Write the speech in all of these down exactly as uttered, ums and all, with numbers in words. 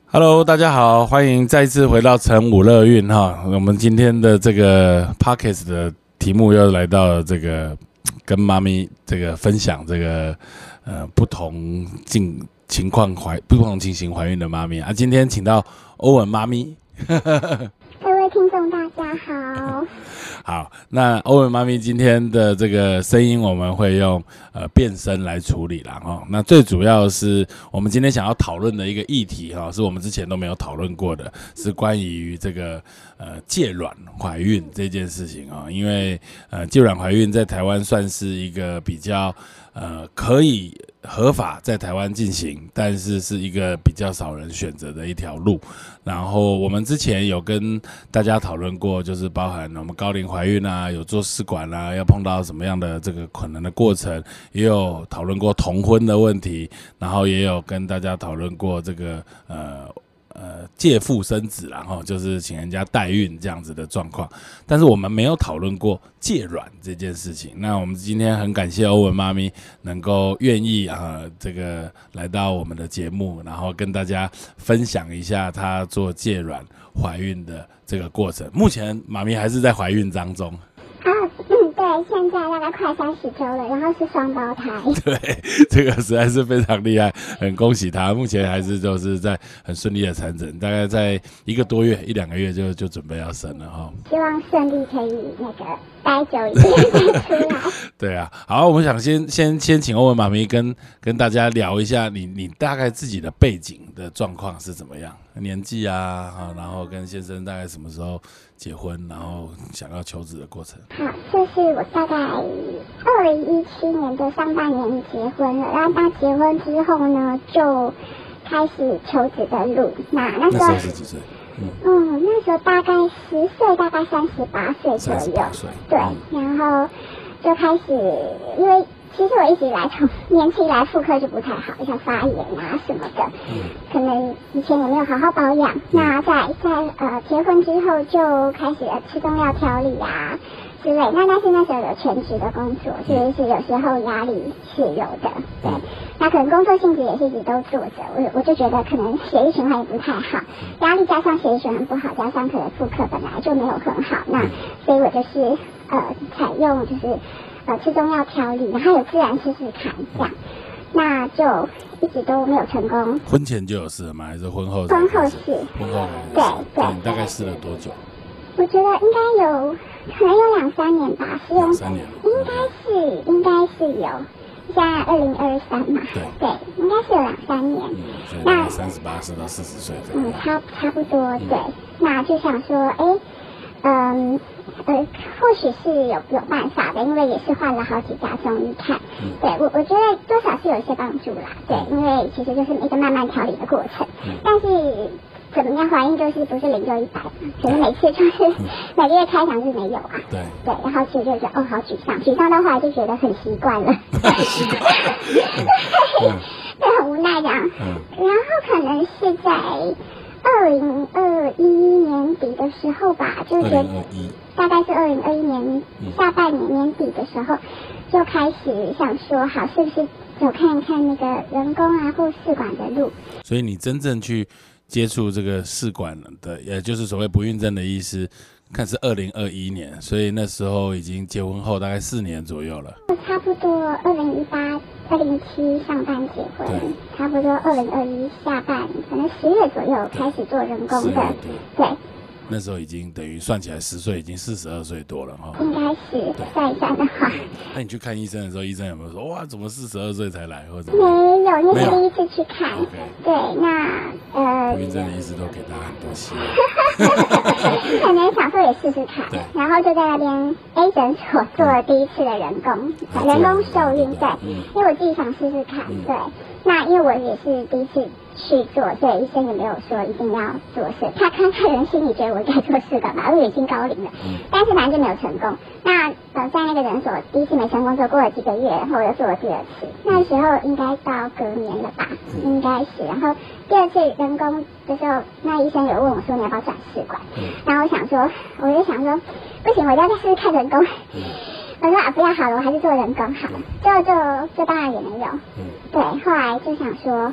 Hello， 大家好，欢迎再一次回到成武乐运哈。我们今天的这个 Podcast 的题目又来到了这个跟妈咪这个分享这个呃不同境情况怀不同情形怀孕的妈咪啊。今天请到欧文妈咪。 各位听众大家好。 好，那欧文妈咪今天的这个声音我们会用呃变声来处理啦哈。那最主要是我们今天想要讨论的一个议题哈，是我们之前都没有讨论过的，是关于这个呃借卵怀孕这件事情啊。因为呃借卵怀孕在台湾算是一个比较呃可以合法在台湾进行，但是是一个比较少人选择的一条路。然后我们之前有跟大家讨论过，就是包含我们高龄怀孕啊，有做试管啊，要碰到什么样的这个可能的过程，也有讨论过同婚的问题，然后也有跟大家讨论过这个呃。呃，借腹生子啦，然后就是请人家代孕这样子的状况，但是我们没有讨论过借卵这件事情。那我们今天很感谢欧文妈咪能够愿意啊、呃，这个来到我们的节目，然后跟大家分享一下她做借卵怀孕的这个过程。目前妈咪还是在怀孕当中。 啊，嗯，对，现在大概快三十周了，然后是双胞胎。 对，这个实在是非常厉害，很恭喜他。目前还是就是在很顺利的产诊，大概在一个多月、一两个月就就准备要生了哈。 希望顺利可以那个待久一点再出来。 对啊，好，我们想先先先请欧文妈咪跟跟大家聊一下你你大概自己的背景的状况是怎么样，年纪啊，然后跟先生大概什么时候结婚，然后想要求子的过程。 好，就是我大概二零一七年的上半年结婚了，然后到结婚之后呢，就开始求子的路。那那时候那时候是几岁？ 嗯, 嗯，那时候大概十岁，大概三十八岁左右。三十八岁。 对，然后就开始，因为其实我一直以来从年轻以来妇科就不太好，像发炎啊什么的，嗯，可能以前也没有好好保养。嗯、那在在呃结婚之后就开始吃中药调理啊之类。那但是那时候有全职的工作，所以是有时候压力是有的，对。那可能工作性质也是一直都做着，我我就觉得可能血液循环也不太好，压力加上血液循环不好，加上可能妇科本来就没有很好，那所以我就是呃采用就是呃吃中药调理，然后有自然试试看这样，那就一直都没有成功。 婚前就有试了吗？还是婚后？ 婚后试。婚后对对。 你大概试了多久？ 我觉得应该有，可能有两三年吧，是用。 三年。 应该是，应该是有。现在二零二三嘛， 对， 对，应该是有两三年。 嗯，所以大概三十八岁到四十岁这样。 嗯，差差不多，嗯、对。那就想说，哎，嗯，呃，或许是有有办法的，因为也是换了好几家中医看。嗯、对我，我觉得多少是有一些帮助啦。对，因为其实就是一个慢慢调理的过程。嗯、但是怎么样怀孕就是不是零就一百嘛，可能每次就是、嗯、每个月开奖是没有啊。 对。 对，然后其实就觉得哦，好沮丧，沮丧到后来就觉得很习惯了。习惯。对，对，很无奈这样。嗯。然后可能是在二零二一年底的时候吧，就觉得大概是二零二一年下半年年底的时候，就开始想说，好，是不是走看看那个人工啊或试管的路？ 所以你真正去接触这个试管的，也就是所谓不孕症的医师，看是二零二一年，所以那时候已经结婚后大概四年左右了。 差不多二零一八、二零一七上半结婚，差不多二零二一下半，可能十月左右开始做人工的，对。 那时候已经等于算起来十岁，已经四十二岁多了哈。 应该是算一算的话。 那你去看医生的时候，医生有没有说哇，怎么四十二岁才来，或者？ 没有，那是第一次去看。对，那呃， 不孕症的医师都给他很多希望。 可能想说也试试看，然后就在那边 A 诊所做了第一次的人工，嗯、人工受孕，对，嗯、因为我自己想试试看，嗯、对。那因为我也是第一次去做，所以医生也没有说一定要做试。他看看人心里觉得我该做试管吧，我已经高龄了，嗯、但是反正就没有成功。那呃，在那个诊所第一次没成功，就过了几个月，然后我又做了第二次。那时候应该到隔年了吧，嗯、应该是。然后第二次人工的时候，那医生有问我说你要不要转试管？嗯、然后我想说，我就想说，不行，我一定要再试试看人工。嗯我说啊，不要好了，我还是做人工好了。就就就当然也没有，嗯、对。后来就想说，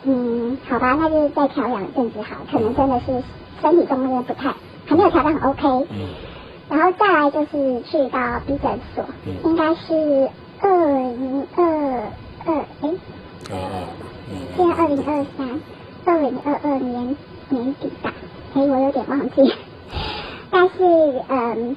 嗯，好吧，那就是再调养一阵子好，可能真的是身体状况不太还没有调到很 OK。嗯。然后再来就是去到 B 诊所，嗯、应该是二零二二哎，二二，现在二零二三，二零二二年年底吧，哎，我有点忘记，但是嗯，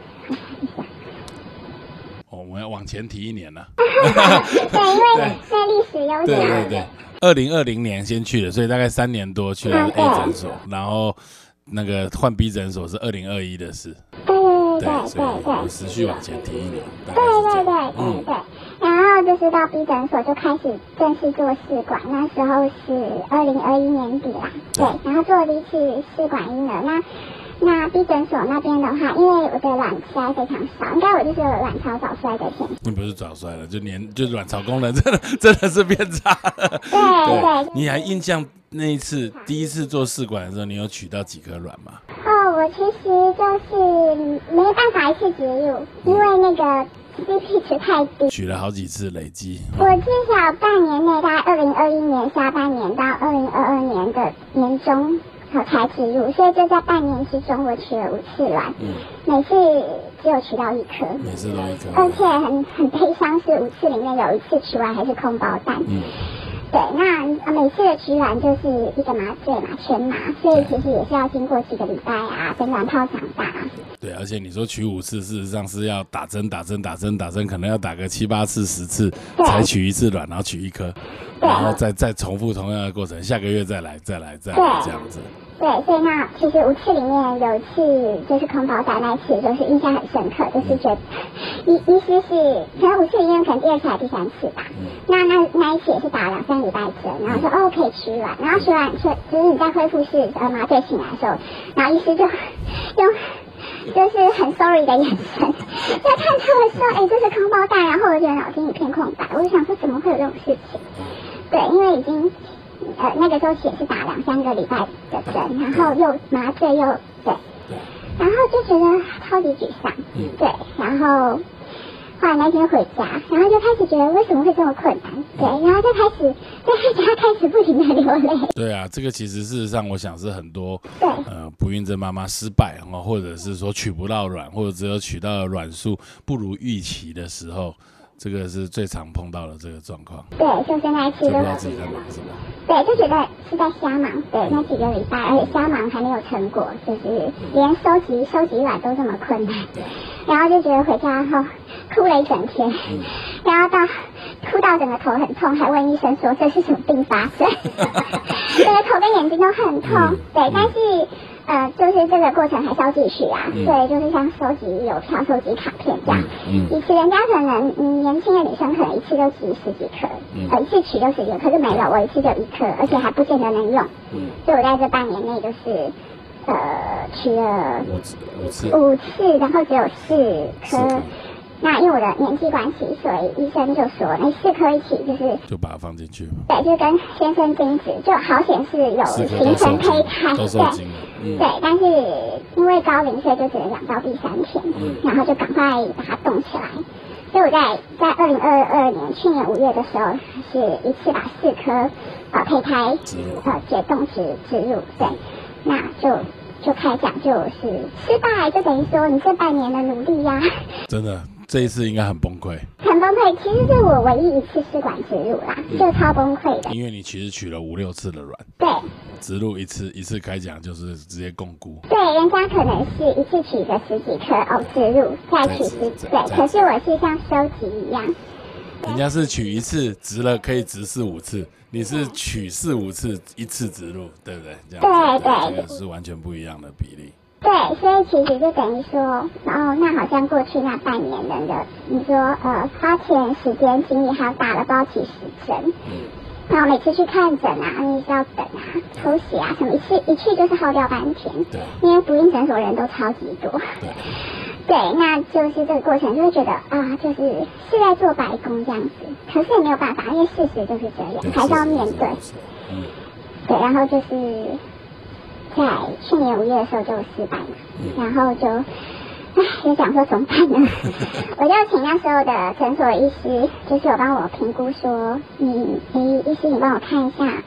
哦，我们要往前提一年了。 对，因为那历史悠久。 对对对，二零二零年先去的，所以大概三年多去了 A 诊所，然后那个换 B 诊所是二零二一的事。 对对对对对对，我持续往前提一年。 对对对对对，然后就是到 B 诊所就开始正式做试管，那时候是二零二一年底啦。对，然后做了一次试管婴儿。那那 B 诊所那边的话，因为我的卵筛非常少，应该我就是有卵巢早衰的现象。 你不是早衰了，就年就卵巢功能真的真的是变差了。 对对。 你还印象那一次第一次做试管的时候，你有取到几颗卵吗？ 哦，我其实就是没办法一次植入，因为那个 C P 值太低。 取了好几次累积。 我至少半年内，大概二零二一年下半年到二零二二年的年中。好才植入，所以就在半年之中，我取了五次卵，嗯、每次只有取到一颗， 每次都一颗， 而且很很悲伤是五次里面有一次取完还是空包蛋，嗯、对，那每次的取卵就是一个麻醉嘛，全麻，所以其实也是要经过几个礼拜啊，等卵泡长大。 对，而且你说取五次，事实上是要打针、打针、打针、打针，可能要打个七八次、十次才取一次卵，然后取一颗。然后再再重复同样的过程，下个月再来再来再来这样子。 对，所以那其实五次里面有一次就是空包蛋那一次，就是印象很深刻，就是觉得医医师是可能五次里面可能第二次还是第三次吧。嗯、那那那一次也是打了两三礼拜针，然后说、嗯、哦可以取卵，然后取卵就就是你在恢复室呃麻醉醒来的时候，然后医师就用。就是很 sorry 的眼神，在看出我说，哎、欸，这是空包蛋，然后我觉得脑筋一片空白，我就想说怎么会有这种事情？对，因为已经呃那个时候也是打两三个礼拜的针，然后又麻醉又对，然后就觉得超级沮丧，对，然后后来那天回家，然后就开始觉得为什么会这么困难，对，然后就开始在家开始不停的流泪。 对啊，这个其实事实上我想是很多呃不孕症妈妈失败哦，或者是说取不到卵，或者只有取到的卵数不如预期的时候，这个是最常碰到的这个状况。 对，就是那一次就不知道自己在忙什么。 对，就觉得是在瞎忙。对，那几个礼拜，而且瞎忙还没有成果，就是连收集收集卵都这么困难。然后就觉得回家后哭了一整天，嗯、然后到哭到整个头很痛，还问医生说这是什么并发症，整个头跟眼睛都很痛。嗯、对，但是。呃，就是这个过程还是要继续啊，嗯、对，就是像收集邮票、收集卡片这样。嗯，以前人家可能，嗯，年轻的女生可能一次就集十几颗，嗯、呃，一次取就十几颗，可是没有，我一次就一颗，而且还不见得能用。嗯，所以我在这半年内就是，呃，取了五次，五次，五次，然后只有四颗。那因为我的年纪关系，所以医生就说那四颗一起就是就把它放进去。 对，就跟先生精子就好险是有形成胚胎， 对、 嗯、对，但是因为高龄，所以就只能养到第三天，嗯、然后就赶快把它冻起来。所以我在在二零二二年去年五月的时候，是一次把四颗呃胚胎呃解冻植植入，对，那就。就开讲就是失败，就等于说你这半年的努力呀、啊， 真的这一次应该很崩溃， 很崩溃。其实是我唯一一次试管植入啦，嗯、就超崩溃的。 因为你其实取了五六次的卵， 对， 植入一次一次开讲就是直接共估。 对，人家可能是一次取个十几颗哦，植入再取十，对，可是我是像收集一样。 人家是取一次植了可以植四五次，你是取四五次一次植入，对不对？这样对对， 这个是完全不一样的比例。 对，所以其实就等于说，哦，那好像过去那半年人的，你说呃花钱、时间、精力，还有打了不知道几十针，嗯，然后每次去看诊啊，你是要等啊、抽血啊什么，一次一去就是耗掉半天，对，因为不孕诊所人都超级多，对。对，那就是这个过程就会觉得啊，就是是在做白工这样子，可是也没有办法，因为事实就是这样，还是要面对。嗯，对，然后就是在去年五月的时候就失败了，嗯、然后就唉，就想说怎么办呢？我就请那时候的诊所医师，就是有帮我评估说，你你医师你帮我看一下。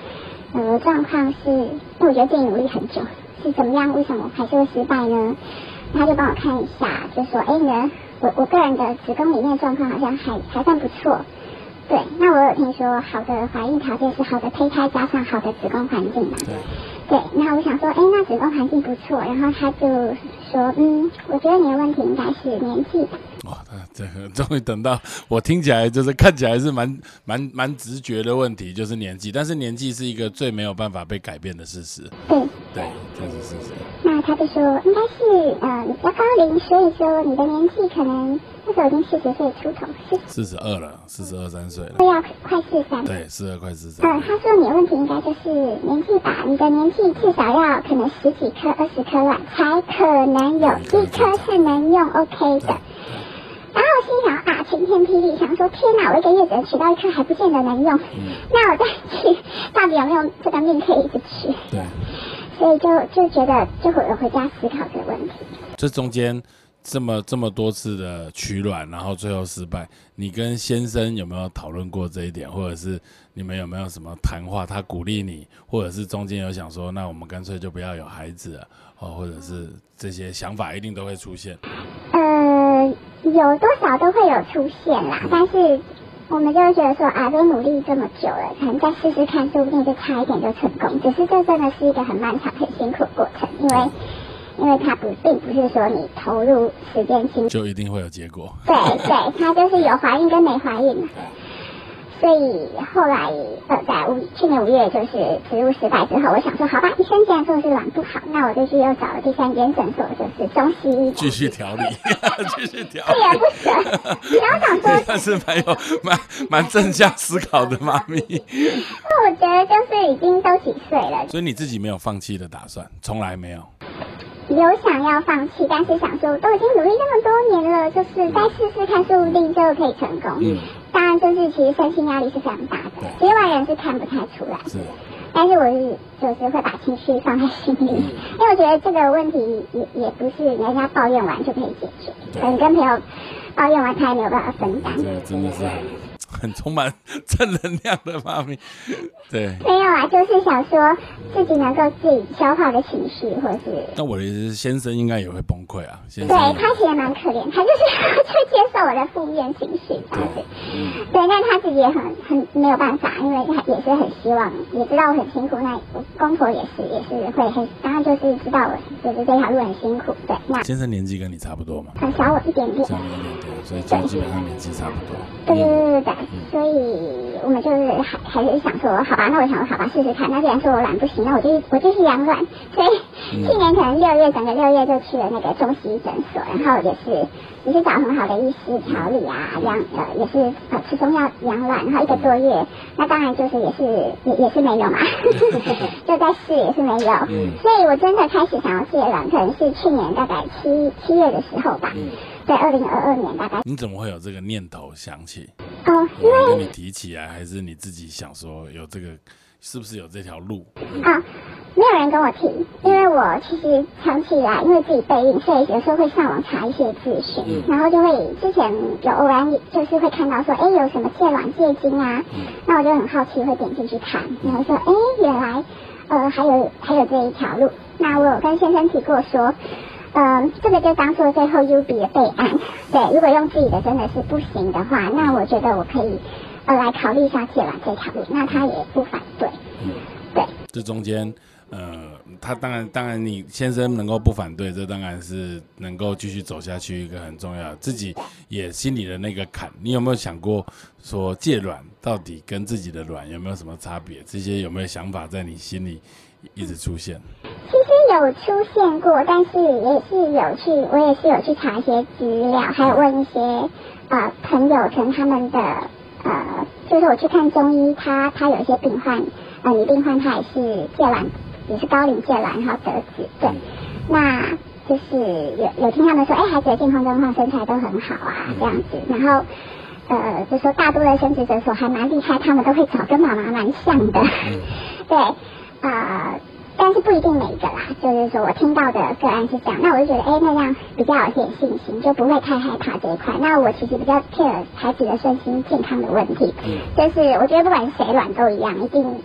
呃状况是，因为我觉得自己努力很久，是怎么样？为什么还是会失败呢？他就帮我看一下，就说，哎呢，我我个人的子宫里面状况好像还还算不错。对，那我有听说好的怀孕条件是好的胚胎加上好的子宫环境嘛？ 对。 对，那我想说，哎，那子宫环境不错，然后他就说，嗯，我觉得你的问题应该是年纪吧。 哇，这个终于等到我听起来就是看起来是蛮蛮蛮直觉的问题，就是年纪，但是年纪是一个最没有办法被改变的事实。 对， 对，这是事实。 那他就说，应该是呃你比较高龄，所以说你的年纪可能那时候已经四十岁出头， 四十二了，四十二三岁了， 要快四三。 对，四二快四三。 呃，他说你的问题应该就是年纪吧，你的年纪至少要可能十几颗、二十颗卵才可能有一颗是能用 OK 的。然后我心想啊，晴天霹雳，想说天哪，我一个月只能取到一颗，还不见得能用。嗯、那我再去，到底有没有这个命可以一直取？ 对。 所以就就觉得，就回回家思考这个问题。 这中间这么这么多次的取卵，然后最后失败，你跟先生有没有讨论过这一点，或者是你们有没有什么谈话？他鼓励你，或者是中间有想说，那我们干脆就不要有孩子了，哦，或者是这些想法一定都会出现。 呃，有多少都会有出现啦，但是我们就会觉得说啊，都努力这么久了，可能再试试看，说不定就差一点就成功。只是这真的是一个很漫长、很辛苦的过程，因为因为它不并不是说你投入时间精就一定会有结果。 对对，它就是有怀孕跟没怀孕。所以后来呃，在五去年五月就是植入失败之后，我想说，好吧，医生既然说的是卵不好，那我就去又找了第三间诊所，就是中西医继续调理，继续调理， 锲而不舍。然后想说， 但是蛮有蛮蛮正向思考的妈咪。 那我觉得就是已经都几岁了， 所以你自己没有放弃的打算，从来没有。 有想要放弃，但是想说都已经努力这么多年了，就是再试试看，说不定就可以成功。嗯，当然就是其实身心压力是非常大的，其实外人是看不太出来。 是， 但是我是就是会把情绪放在心里，嗯、因为我觉得这个问题也也不是人家抱怨完就可以解决，你跟朋友抱怨完他也没有办法分担。 这个真的是很很充满正能量的妈咪。对， 没有啊，就是想说自己能够自己消化的情绪，或是那我的意思是，先生应该也会崩溃啊。先生对他其实蛮可怜，他就是去接受我的负面情绪这样子。嗯、对，但他自己也很很没有办法，因为他也是很希望，也知道我很辛苦。那公婆也是也是会很，当然就是知道我就是这条路很辛苦。对，那先生年纪跟你差不多吗？ 很小我一点点， 小你一点点，所以就基本上年纪差不多。 对对对对对，嗯、所以我们就是还还是想说，好吧，那我想说好吧，试试看。那既然说我卵不行，那我就我就去养卵。所以去年可能六月，整个六月就去了那个中西医诊所，然后也是也是找很好的医师调理啊，养呃也是呃吃中药养卵，然后一个多月，那当然就是也是也也是没有嘛，就在试也是没有。嗯、所以我真的开始想要戒卵，可能是去年大概七七月的时候吧。嗯对，二零二二年大概。 你怎么会有这个念头想起？ 哦，因为跟你提起来，还是你自己想说有这个，是不是有这条路？ 嗯、啊，没有人跟我提，因为我其实长期以来因为自己备孕，所以有时候会上网查一些资讯，嗯、然后就会之前有偶然就是会看到说，哎，有什么戒卵戒精啊，嗯、那我就很好奇，会点进去看，然后说，哎，原来呃还有还有这一条路。那我有跟先生提过说。嗯，这个就当做最后 U B 的备案。对，如果用自己的真的是不行的话，那我觉得我可以呃来考虑一下戒卵这条路。那他也不反对。嗯，对。 这中间，呃，他当然当然你先生能够不反对，这当然是能够继续走下去一个很重要的。自己也心里的那个坎，你有没有想过说戒卵到底跟自己的卵有没有什么差别？这些有没有想法在你心里一直出现？ 其实有出现过，但是也是有去，我也是有去查一些资料，还有问一些呃朋友，可能他们的呃，就是我去看中医，他他有一些病患，呃，女病患她也是戒卵，也是高龄戒卵，然后得子，对，那就是有有听他们说，哎，孩子的健康状况、身材都很好啊，这样子，然后呃，就说大多的生殖诊所还蛮厉害，他们都会找跟妈妈蛮像的，对，呃。但是不一定每一个啦，就是说我听到的个案是这样，那我就觉得，哎，那样比较有点信心，就不会太害怕这一块。那我其实比较 care 孩子的身心健康的问题，就是我觉得不管是谁卵都一样，一定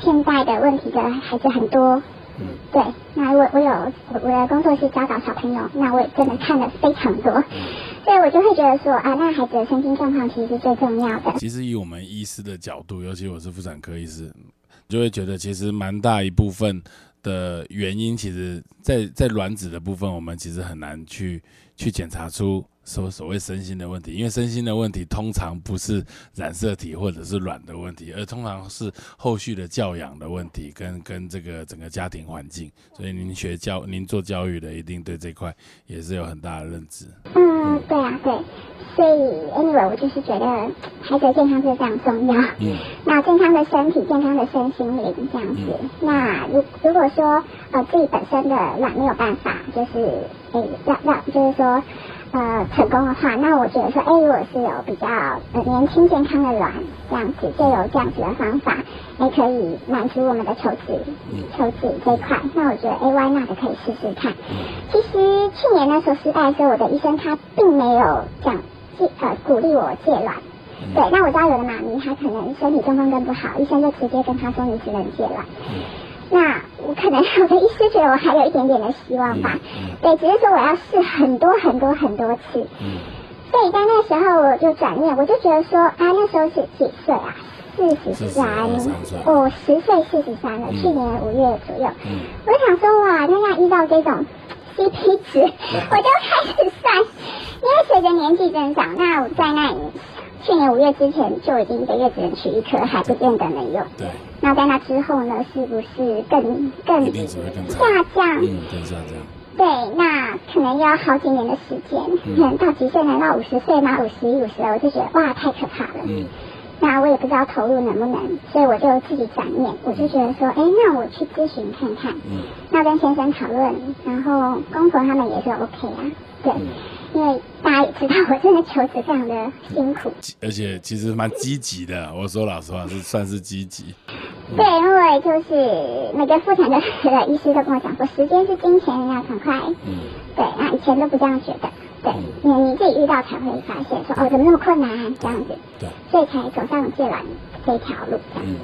现在的问题的孩子很多。嗯，对，那我我有我我的工作是教导小朋友，那我也真的看了非常多，所以我就会觉得说啊，那孩子的身心状况其实是最重要的。 其实以我们医师的角度，尤其我是妇产科医师，就会觉得其实蛮大一部分的原因，其实在在卵子的部分，我们其实很难去去检查出所所谓身心的问题，因为身心的问题通常不是染色体或者是卵的问题，而通常是后续的教养的问题跟跟这个整个家庭环境。所以您学教您做教育的，一定对这块也是有很大的认知。 嗯，对啊，对。所以 anyway 我就是觉得孩子的健康是非常重要。嗯。那健康的身体、健康的身心灵这样子。嗯、那如如果说呃自己本身的卵没有办法，就是诶要要就是说。呃，成功的话，那我觉得说，哎，如果是有比较呃年轻健康的卵这样子，就有这样子的方法，哎，可以满足我们的求子求子这一块，那我觉得，哎 ，why not 可以试试看。其实去年那时候失败的时候，我的医生他并没有讲戒呃鼓励我戒卵。对，那我知道有的妈咪她可能身体状况更不好，医生就直接跟她说你只能戒卵。那我可能我的医师觉得我还有一点点的希望吧，嗯嗯、对，只是说我要试很多很多很多次，嗯、所以在那时候我就转念，我就觉得说啊，那时候是几岁啊？四十三，哦，十岁四十三了，嗯、去年五月左右，嗯、我就想说哇，那要依照这种 C P 值，我就开始算，因为随着年纪增长，那我在那里。去年五月之前就已经一个月只能取一颗，还不见得能用。对。那在那之后呢，是不是更更下降？嗯，更下降。对，那可能要好几年的时间，嗯、可能到几岁能到五十岁吗？五十一、五十二，我就觉得哇，太可怕了。嗯。那我也不知道投入能不能，所以我就自己转念，我就觉得说，哎，那我去咨询看看。嗯。那跟先生讨论，然后公婆他们也是 OK 啊，对。嗯，因为大家也知道，我真的求子非常的辛苦， 而且其实蛮积极的。我说老实话，是算是积极。 嗯、对，因为就是每个妇产科的医师都跟我讲说，时间是金钱，要赶快。嗯。对，那以前都不这样觉得。对，因为你自己遇到才会发现说，哦，怎么那么困难这样子。对。所以才走上戒卵这条路。嗯。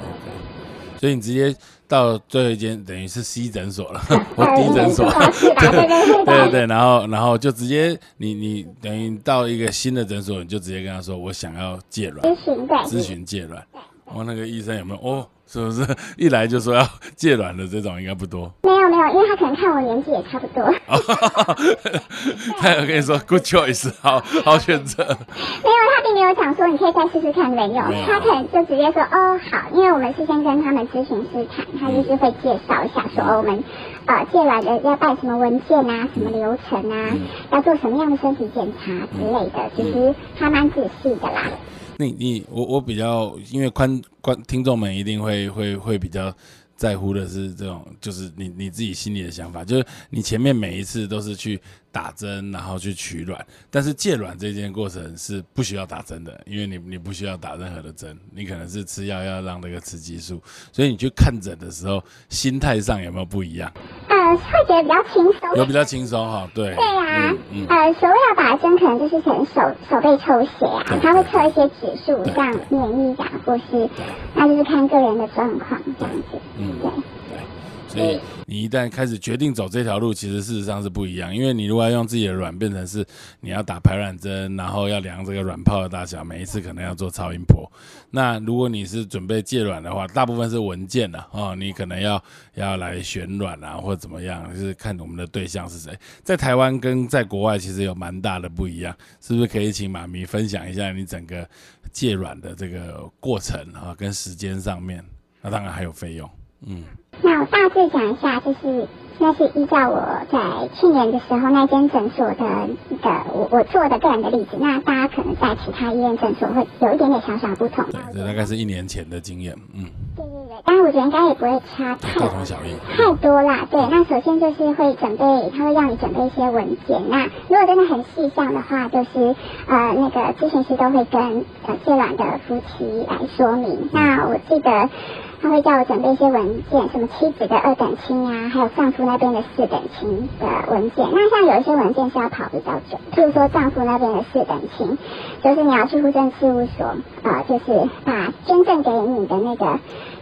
OK。所以你直接到最后一间等于是 C 诊所了，我 D 诊所， 对对对对对，然后然后就直接你你等于到一个新的诊所，你就直接跟他说我想要戒卵， 咨询对， 咨询戒卵，哦，那个医生有没有哦？是不是一来就说要戒卵的这种应该不多？ 没有没有，因为他可能看我年纪也差不多。 他有跟你说 good choice， 好好选择。没有，他并没有讲说你可以再试试看，没有，他可能就直接说哦好，因为我们事先跟他们咨询师谈，他就是会介绍一下说、哦、我们呃戒卵的要办什么文件啊，什么流程啊，嗯、要做什么样的身体检查之类的，其实他蛮仔细的啦。 你你我我比较，因为观观听众们一定会会会比较在乎的是这种，就是你你自己心里的想法，就是你前面每一次都是去打针，然后去取卵，但是戒卵这件过程是不需要打针的，因为你你不需要打任何的针，你可能是吃药要让那个雌激素，所以你去看诊的时候，心态上有没有不一样？ 呃，会觉得比较轻松， 有比较轻松哈，对。 对啊，嗯嗯、呃，所谓要打针，可能就是可能手手背抽血啊，他会测一些指数，像免疫啊，或是那就是看个人的状况这样子，嗯，对。 所以你一旦开始决定走这条路，其实事实上是不一样，因为你如果要用自己的卵变成是你要打排卵针，然后要量这个卵泡的大小，每一次可能要做超音波。那如果你是准备戒卵的话，大部分是文件啊，哦，你可能要要来选卵啊，或者怎么样，就是看我们的对象是谁。在台湾跟在国外其实有蛮大的不一样，是不是可以请妈咪分享一下你整个戒卵的这个过程啊，跟时间上面？那当然还有费用，嗯。 那我大致讲一下，就是那是依照我在去年的时候那间诊所的的我我做的个人的例子，那大家可能在其他医院诊所会有一点点小小不同。 对，这大概是一年前的经验，嗯。 对对对，但是我觉得应该也不会差太大同小异， 太多啦。对，那首先就是会准备，他会让你准备一些文件。那如果真的很细项的话，就是呃那个咨询师都会跟呃戒卵的夫妻来说明。那我记得。他会叫我准备一些文件，什么妻子的二等亲啊，还有丈夫那边的四等亲的文件。那像有一些文件是要跑比较久，譬如说丈夫那边的四等亲，就是你要去户政事务所，呃，就是把捐赠给你的那个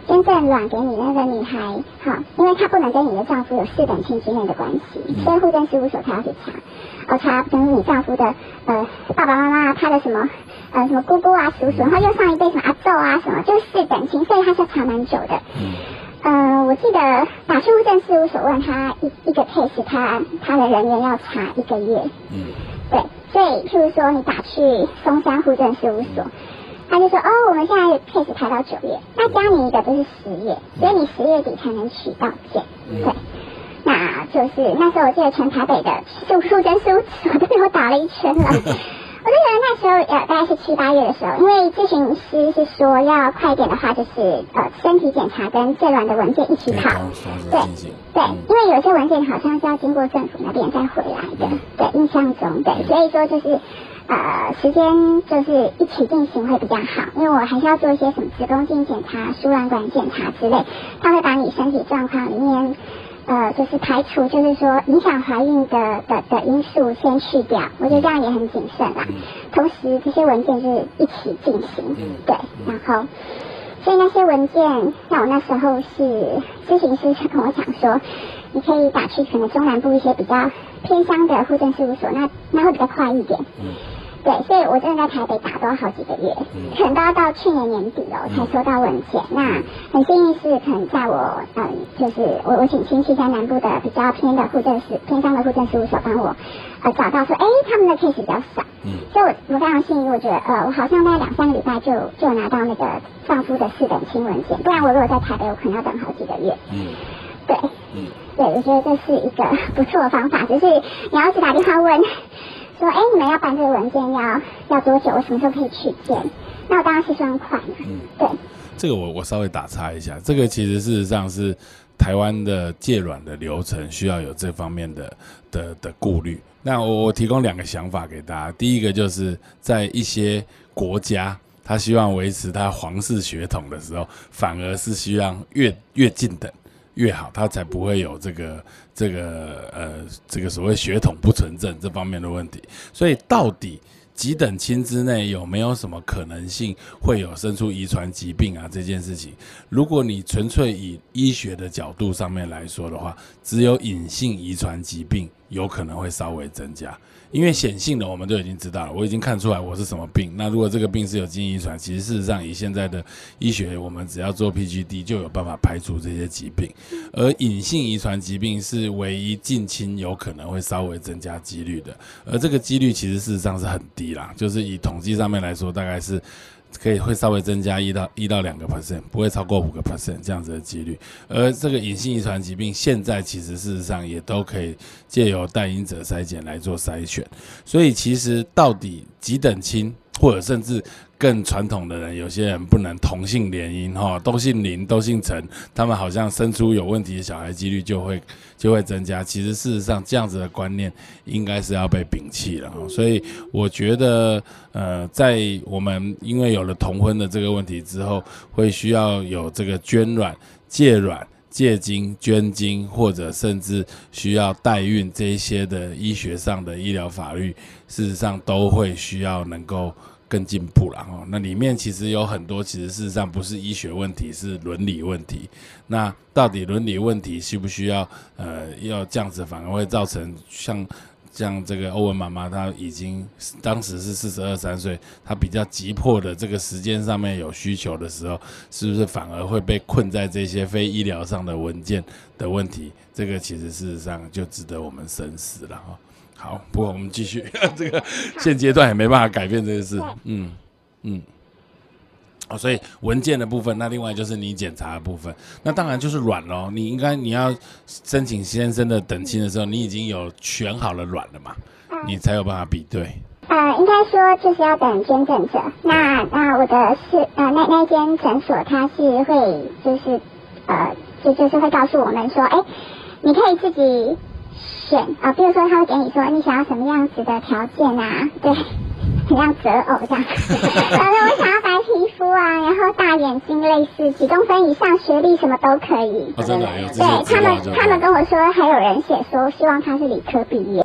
捐赠卵给你那个女孩，好，因为她不能跟你的丈夫有四等亲之内的关系，所以户政事务所才要去查，哦，查等于你丈夫的呃爸爸妈妈，他的什么呃什么姑姑啊、叔叔，然后又上一辈什么阿祖啊什么，就是四等亲，所以他是查蛮久的。呃，我记得打去户政事务所问他一一个 case， 他他的人员要查一个月。嗯，对，所以譬如说你打去松山户政事务所，他就说哦，我们现在 case 排到九月，那加你一个就是十月，所以你十月底才能取到件。对，那就是那时候我记得全台北的户户政事务所都被我打了一圈了。我就觉得那时候呃大概是七八月的时候，因为咨询师是说要快一点的话，就是呃身体检查跟借卵的文件一起跑，对对，因为有些文件好像是要经过政府那边再回来的，对，印象中对，所以说就是呃时间就是一起进行会比较好，因为我还是要做一些什么子宫镜检查、输卵管检查之类，他会把你身体状况里面。呃，就是排除，就是说影响怀孕的的的因素先去掉，我觉得这样也很谨慎啦。同时，这些文件就是一起进行，对，然后，所以那些文件，像我那时候是咨询师跟我讲说，你可以打去可能中南部一些比较偏乡的户政事务所，那那会比较快一点。对，所以我真的在台北打都要好几个月，可能都要到去年年底哦才收到文件。那很幸运是，可能在我嗯，就是我我请亲戚在南部的比较偏的户政事偏乡的户政事务所帮我呃找到说，哎，他们的 case 比较少，嗯，所以我我非常幸运，我觉得呃我好像在两三个礼拜就就拿到那个丈夫的四等亲文件，不然我如果在台北，我可能要等好几个月。嗯，对，嗯，对，我觉得这是一个不错的方法，只是你要是打电话问。说，哎，你们要办这个文件要要多久？我什么时候可以去见？那我当然是希望快嘛。嗯，对。 这个我我稍微打岔一下，这个其实事实上是台湾的借卵的流程需要有这方面的的的顾虑。那我我提供两个想法给大家，第一个就是在一些国家，他希望维持他皇室血统的时候，反而是希望越越近等越好，他才不会有这个这个呃这个所谓血统不纯正这方面的问题。所以到底几等亲之内有没有什么可能性会有生出遗传疾病啊？这件事情，如果你纯粹以医学的角度上面来说的话，只有隐性遗传疾病有可能会稍微增加。因为显性的我们都已经知道了，我已经看出来我是什么病。那如果这个病是有基因遗传，其实事实上以现在的医学，我们只要做 P G D 就有办法排除这些疾病。而隐性遗传疾病是唯一近亲有可能会稍微增加几率的，而这个几率其实事实上是很低啦，就是以统计上面来说，大概是可以会稍微增加一到一到两个 percent， 不会超过五个 percent 这样子的几率。而这个隐性遗传疾病现在其实事实上也都可以借由带因者筛检来做筛选，所以其实到底几等亲，或者甚至更传统的人，有些人不能同性联姻哈，都姓林都姓陈，他们好像生出有问题的小孩几率就会就会增加。其实事实上这样子的观念应该是要被摒弃了，所以我觉得呃，在我们因为有了同婚的这个问题之后，会需要有这个捐卵、借卵、借精、捐精，或者甚至需要代孕这一些的医学上的医疗法律，事实上都会需要能够更进步啦。那里面其实有很多其实事实上不是医学问题，是伦理问题。那到底伦理问题需不需要呃要这样子，反而会造成像像这个欧文妈妈，她已经当时是四十二三岁，她比较急迫的这个时间上面有需求的时候，是不是反而会被困在这些非医疗上的文件的问题？这个其实事实上就值得我们深思了哈。好，不过我们继续，这个现阶段也没办法改变这个事，嗯嗯。哦，所以文件的部分，那另外就是你检查的部分，那当然就是卵咯。你应该你要申请先生的等亲的时候，你已经有选好了卵了嘛，你才有办法比对。 呃，应该说就是要等捐赠者。那那我的是呃那那间诊所，它是会就是呃就就是会告诉我们说，哎，你可以自己选啊、呃，比如说他会给你说你想要什么样子的条件啊，对。很像择偶这样，然后我想要白皮肤啊，然后大眼睛，类似几公分以上，学历什么都可以。 哦，真的有这些对他们，他们跟我说，还有人写说希望他是理科毕业。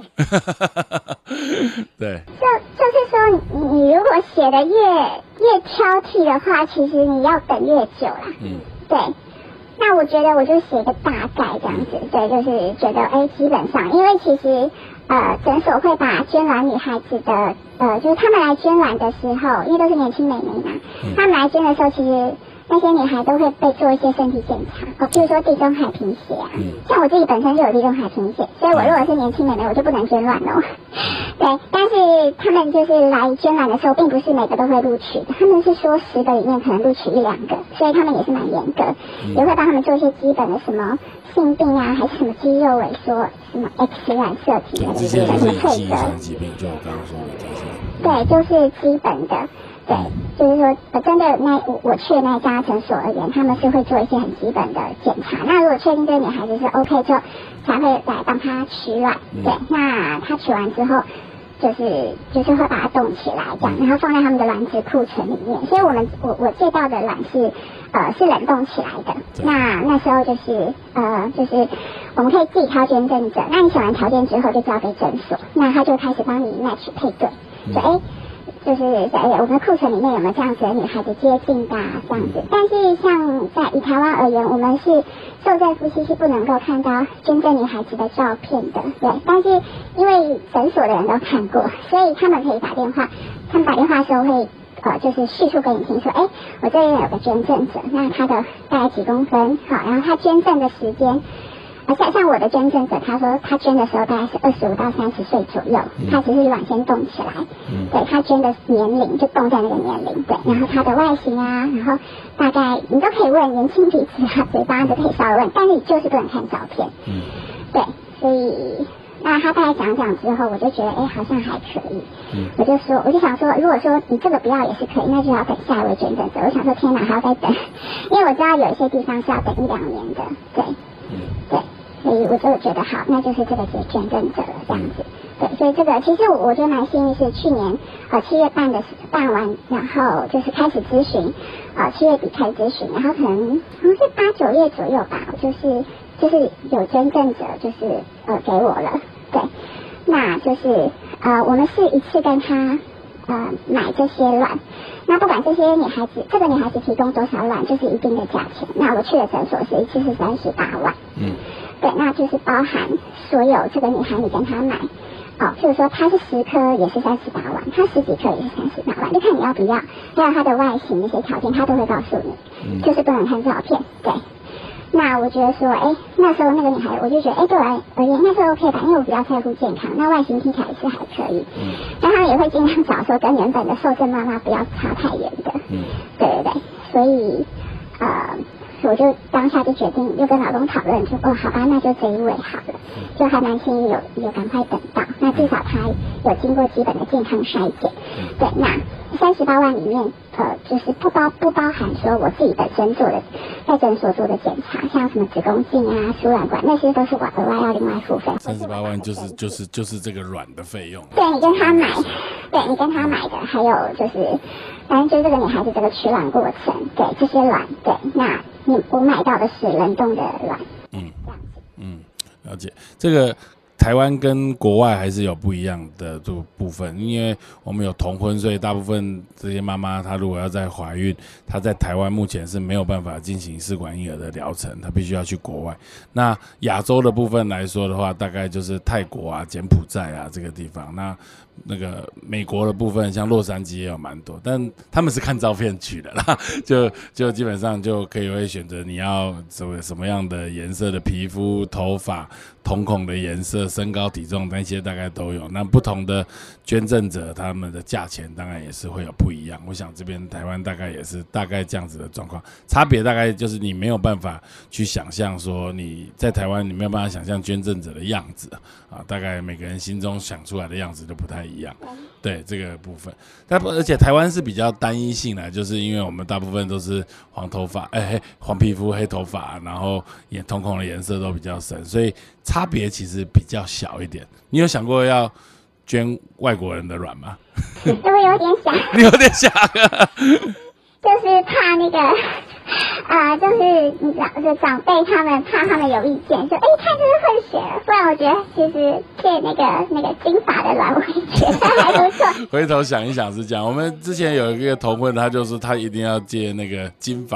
对， 就就是说你，你如果写的越越挑剔的话，其实你要等越久啦。嗯， 对。那我觉得我就写一个大概这样子，对，就是觉得哎，基本上，因为其实呃诊所会把捐卵女孩子的呃，就是他们来捐卵的时候，因为都是年轻美眉嘛，嗯、他们来捐的时候，其实那些女孩都会被做一些身体检查，哦，譬如说地中海贫血啊，嗯、像我自己本身就有地中海贫血，所以我如果是年轻美眉，我就不能捐卵哦。对，但是他们就是来捐卵的时候，并不是每个都会录取的，他们是说十个里面可能录取一两个，所以他们也是蛮严格，嗯、也会帮他们做一些基本的什么性病啊，还是什么肌肉萎缩、什么 X 染色体的这些什么退折疾病，就我刚刚说的这些。 对，就是基本的。对，就是说，呃，针对那我我去的那家诊所而言，他们是会做一些很基本的检查。那如果确定这个女孩子是 OK 之后，才会来帮她取卵。对，那她取完之后，就是就是会把它冻起来这样，然后放在他们的卵子库存里面。所以我们我我借到的卵是呃是冷冻起来的。那那时候就是呃就是我们可以自己挑捐赠者，那你写完条件之后就交给诊所，那他就开始帮你 match 配对，就哎。就是在我们的库存里面有没有这样子的女孩子接近的、啊、这样子，但是像在以台湾而言，我们是受赠夫妻是不能够看到捐赠女孩子的照片的，对。但是因为诊所的人都看过，所以他们可以打电话，他们打电话的时候会呃就是叙述给你听说，哎，我这边有个捐赠者，那他的大概几公分，好，然后他捐赠的时间。而且像我的捐赠者，他说他捐的时候大概是二十五到三十岁左右，嗯、他只是卵先冻起来，嗯、对他捐的年龄就冻在那个年龄，对，然后他的外形啊，然后大概你都可以问年轻鼻子啊、嘴巴都可以稍微问，但是你就是不能看照片，嗯、对，所以那他大概讲讲之后，我就觉得哎好像还可以，嗯、我就说我就想说，如果说你这个不要也是可以，那就要等下一位捐赠者。我想说天哪，还要再等，因为我知道有一些地方是要等一两年的，对。对，所以我就觉得好，那就是这个是捐赠者了这样子。对，所以这个其实我我觉得蛮幸运，是去年呃七月办的办完，然后就是开始咨询，呃七月底开始咨询，然后可能好像是八九月左右吧，就是就是有捐赠者就是呃给我了，对，那就是呃我们是一次跟他呃买这些卵。那不管这些女孩子，这个女孩子提供多少卵，就是一定的价钱。那我去的诊所是一次是三十八万，嗯，对，那就是包含所有这个女孩你跟她买，哦，譬如说她是十颗也是三十八万，她十几颗也是三十八万，就看你要不要，还有她的外形那些条件，她都会告诉你，嗯、就是不能看照片，对。那我觉得说，哎，那时候那个女孩，我就觉得，哎，对我而言，那时候 OK 吧，因为我比较在乎健康，那外形听起来是还可以。嗯。那他们也会尽量找说跟原本的受赠妈妈不要差太远的。嗯。对对对，所以呃，我就当下就决定，就跟老公讨论，就哦，好吧，那就这一位好了，就还蛮幸运有有赶快等到，那至少他有经过基本的健康筛检。嗯。对，那三十八万里面。呃，就是不包不包含说我自己本身做的在诊所做的检查，像什么子宫镜啊、输卵管那些都是我额外要另外付费。 三十八万就是就是就是这个卵的费用。 对你跟他买，对你跟他买的，还有就是，反正就是这个女孩子这个取卵过程，对这些卵，对，那你我买到的是冷冻的卵。嗯，这样子。 嗯，了解这个。台湾跟国外还是有不一样的这个部分，因为我们有同婚，所以大部分这些妈妈她如果要在怀孕，她在台湾目前是没有办法进行试管婴儿的疗程，她必须要去国外。那亚洲的部分来说的话，大概就是泰国啊、柬埔寨啊这个地方。那那个美国的部分，像洛杉矶也有蛮多，但他们是看照片取的啦，就就基本上就可以会选择你要什么什么样的颜色的皮肤、头发、瞳孔的颜色、身高体重那些大概都有。那不同的捐赠者他们的价钱当然也是会有不一样。我想这边台湾大概也是大概这样子的状况，差别大概就是你没有办法去想象说你在台湾你没有办法想象捐赠者的样子啊，大概每个人心中想出来的样子都不太一样。对这个部分，但而且台湾是比较单一性的，就是因为我们大部分都是黄头发，哎、欸，黄皮肤、黑头发，然后眼瞳孔的颜色都比较深，所以差别其实比较小一点。你有想过要捐外国人的卵吗？ 我有点想， 你有点想啊， 就是怕那个。啊、呃，就是你知道，就长辈他们怕他们有意见，说哎，他就是混血了。不然我觉得其实借那个那个金发的卵，我也觉得还不错。 回头想一想是这样，我们之前有一个同婚，他就是他一定要借那个金发。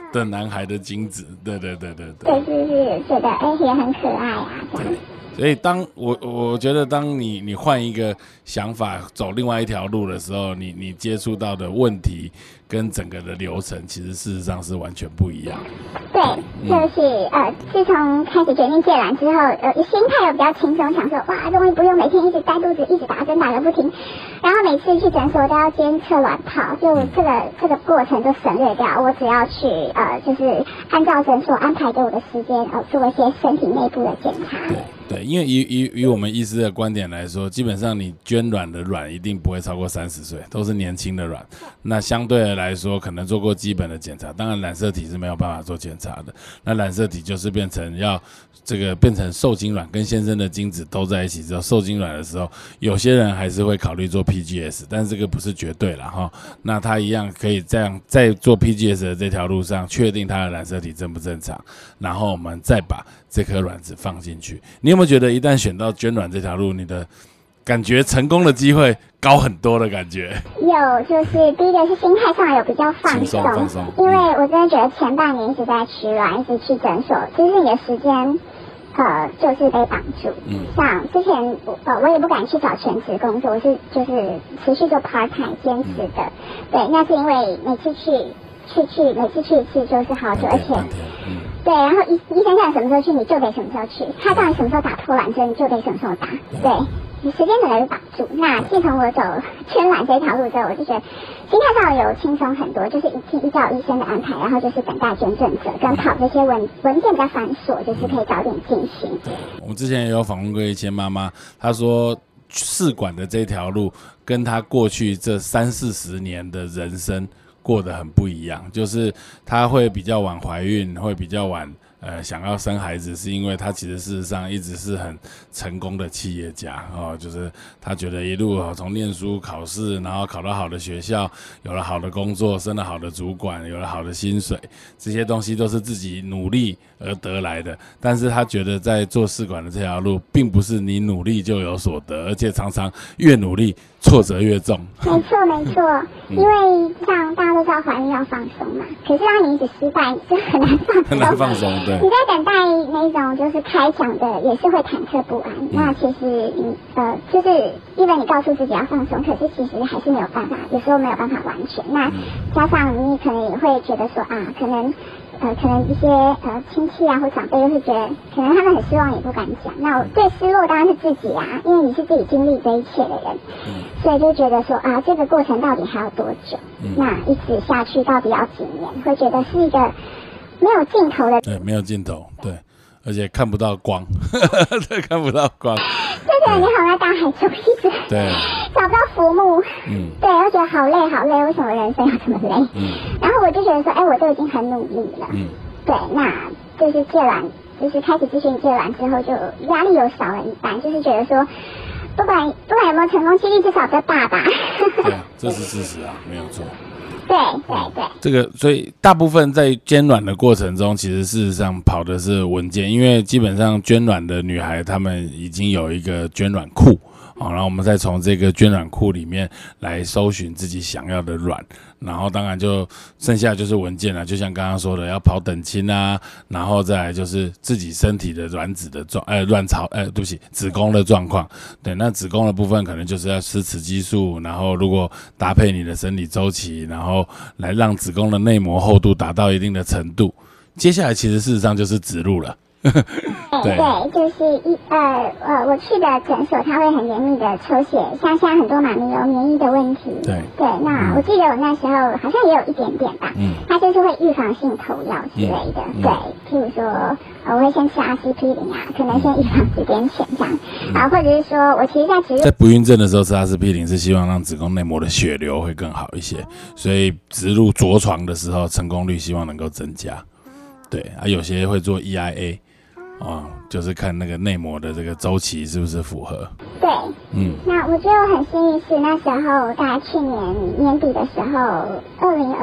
的男孩的精子，对对对对对，对就是觉得哎、欸、也很可爱啊，这样。 所以当我我觉得当你你换一个想法走另外一条路的时候，你你接触到的问题跟整个的流程，其实事实上是完全不一样。 对，就是呃，自从开始决定戒卵之后，呃，心态又比较轻松，想说哇，终于不用每天一直带肚子，一直打针打个不停，然后每次去诊所都要监测卵泡，就这个这个过程就省略掉，我只要去呃，就是按照诊所安排给我的时间，呃，做一些身体内部的检查。 对对，因为以以以我们医师的观点来说，基本上你捐卵的卵一定不会超过三十岁，都是年轻的卵。那相对的来说，可能做过基本的检查，当然染色体是没有办法做检查的。那染色体就是变成要这个变成受精卵，跟先生的精子都在一起之后，受精卵的时候，有些人还是会考虑做 P G S， 但是这个不是绝对啦齁。那他一样可以这样在做 P G S 的这条路上，确定他的染色体正不正常，然后我们再把这颗卵子放进去。你有没有觉得一旦选到捐卵这条路，你的感觉成功的机会高很多的感觉？ 有，就是第一个是心态上有比较放松， 放松， 因为我真的觉得前半年一直在取卵，一直去诊所，其实你的时间呃就是被绑住。嗯，像之前我呃我也不敢去找全职工作，我是就是持续做 part time 坚持的。嗯、对，那是因为每次去去去每次去一次就是好久，而且。嗯对，然后医医生叫你什么时候去，你就得什么时候去；他叫你什么时候打破卵针，你就得什么时候打。对，你时间可能是绑住。那自从我走捐卵这条路之后，我就觉得心态上有轻松很多，就是一听依照医生的安排，然后就是等待捐赠者，跟跑这些文文件比较繁琐，就是可以早点进行。 我们之前也有访问过一些妈妈，她说试管的这条路跟她过去这三四十年的人生过得很不一样，就是她会比较晚怀孕，会比较晚呃想要生孩子，是因为她其实事实上一直是很成功的企业家哦，就是她觉得一路从念书考试，然后考到好的学校，有了好的工作，升了好的主管，有了好的薪水，这些东西都是自己努力而得来的。但是她觉得在做试管的这条路，并不是你努力就有所得，而且常常越努力挫折越重。 没错没错，因为像大家都知道怀孕要放松嘛，可是让你一直失败，你是很难放松。 很难放松，对。 你在等待那种就是开奖的，也是会忐忑不安。嗯、那其实你呃，就是因为你告诉自己要放松，可是其实还是没有办法，有时候没有办法完全。那加上你可能也会觉得说啊，可能。呃，可能一些呃亲戚啊或长辈又是觉得，可能他们很失望也不敢讲。那我最失落当然是自己啊，因为你是自己经历这一切的人，嗯、所以就觉得说啊，这个过程到底还要多久？嗯、那一直下去到底要几年？会觉得是一个没有尽头的。 对，没有尽头，对，而且看不到光，对，看不到光。 就觉得你好像大海中一直对找不到浮木，嗯，对，我觉得好累好累，为什么人生要这么累？嗯，然后我就觉得说，哎，我都已经很努力了，嗯，对，那就是戒卵，就是开始咨询戒卵之后，就压力又少了一半，就是觉得说，不管不管有没有成功，几率至少比较大吧。 对，这是事实啊，没有错。 对对对， 这个所以大部分在捐卵的过程中，其实事实上跑的是文件，因为基本上捐卵的女孩她们已经有一个捐卵库，好，然后我们再从这个捐卵库里面来搜寻自己想要的卵，然后当然就剩下就是文件了，就像刚刚说的，要跑等亲啊，然后再来就是自己身体的卵子的状，呃，卵巢，呃，对不起，子宫的状况。对，那子宫的部分可能就是要吃雌激素，然后如果搭配你的生理周期，然后来让子宫的内膜厚度达到一定的程度。接下来其实事实上就是植入了。 对对，就是一呃呃，我去的诊所，他会很严密的抽血，像现在很多妈咪有免疫的问题， 对对，那、嗯、我记得我那时候好像也有一点点吧，嗯，他就是会预防性投药之类的，嗯、对，譬如说、呃、我会先吃阿司匹林啊，可能先预防子癇癣这样，啊、嗯，或者是说我其实在植入在不孕症的时候吃阿司匹林是希望让子宫内膜的血流会更好一些，所以植入着床的时候成功率希望能够增加，对啊，有些会做 E I A。哦，就是看那个内膜的这个周期是不是符合。 对，嗯，那我觉得我很幸运是那时候大概去年年底的时候，二零二二